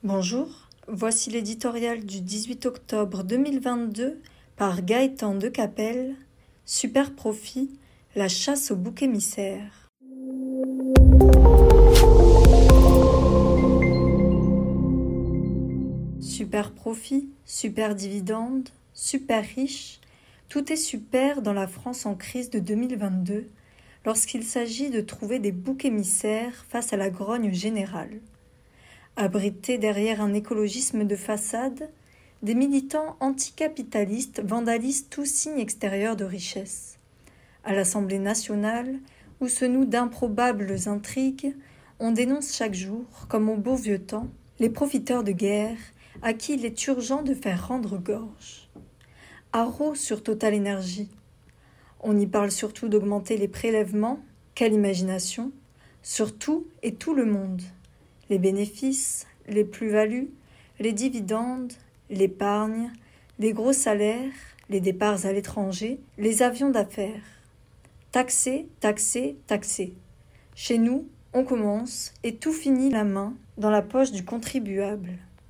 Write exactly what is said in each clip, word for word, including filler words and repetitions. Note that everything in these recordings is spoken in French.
Bonjour, voici l'éditorial du dix-huit octobre deux mille vingt-deux par Gaëtan Decapelle, Super Profit, la chasse au bouc émissaire. Super profit, super dividende, super riche, tout est super dans la France en crise de deux mille vingt-deux lorsqu'il s'agit de trouver des boucs émissaires face à la grogne générale. Abrités derrière un écologisme de façade, des militants anticapitalistes vandalisent tout signe extérieur de richesse. À l'Assemblée nationale, où se nouent d'improbables intrigues, on dénonce chaque jour, comme au beau vieux temps, les profiteurs de guerre à qui il est urgent de faire rendre gorge. Haro sur Total Énergie. On y parle surtout d'augmenter les prélèvements, quelle imagination, sur tout et tout le monde. Les bénéfices, les plus-values, les dividendes, l'épargne, les gros salaires, les départs à l'étranger, les avions d'affaires. Taxer, taxer, taxer. Chez nous, on commence et tout finit la main dans la poche du contribuable.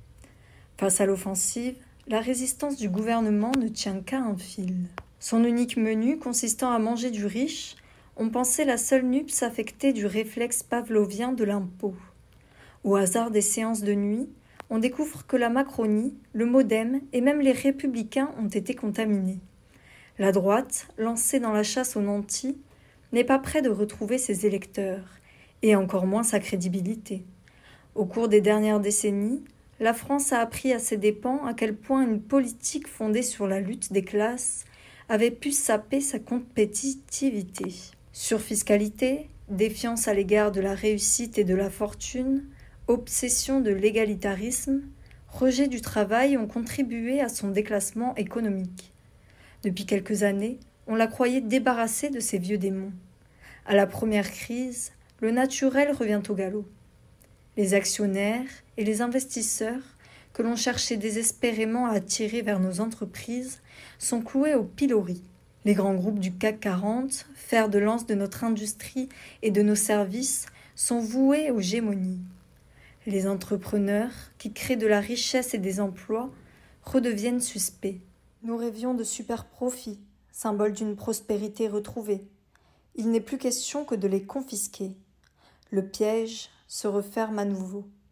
Face à l'offensive, la résistance du gouvernement ne tient qu'à un fil. Son unique menu consistant à manger du riche, on pensait la seule nupce affectée du réflexe pavlovien de l'impôt. Au hasard des séances de nuit, on découvre que la Macronie, le Modem et même les Républicains ont été contaminés. La droite, lancée dans la chasse aux nantis, n'est pas près de retrouver ses électeurs, et encore moins sa crédibilité. Au cours des dernières décennies, la France a appris à ses dépens à quel point une politique fondée sur la lutte des classes avait pu saper sa compétitivité. Surfiscalité, défiance à l'égard de la réussite et de la fortune, obsession de l'égalitarisme, rejet du travail ont contribué à son déclassement économique. Depuis quelques années, on la croyait débarrassée de ses vieux démons. À la première crise, le naturel revient au galop. Les actionnaires et les investisseurs que l'on cherchait désespérément à attirer vers nos entreprises sont cloués au pilori. Les grands groupes du C A C quarante, fer de lance de notre industrie et de nos services, sont voués aux gémonies. Les entrepreneurs, qui créent de la richesse et des emplois, redeviennent suspects. Nous rêvions de super profits, symbole d'une prospérité retrouvée. Il n'est plus question que de les confisquer. Le piège se referme à nouveau.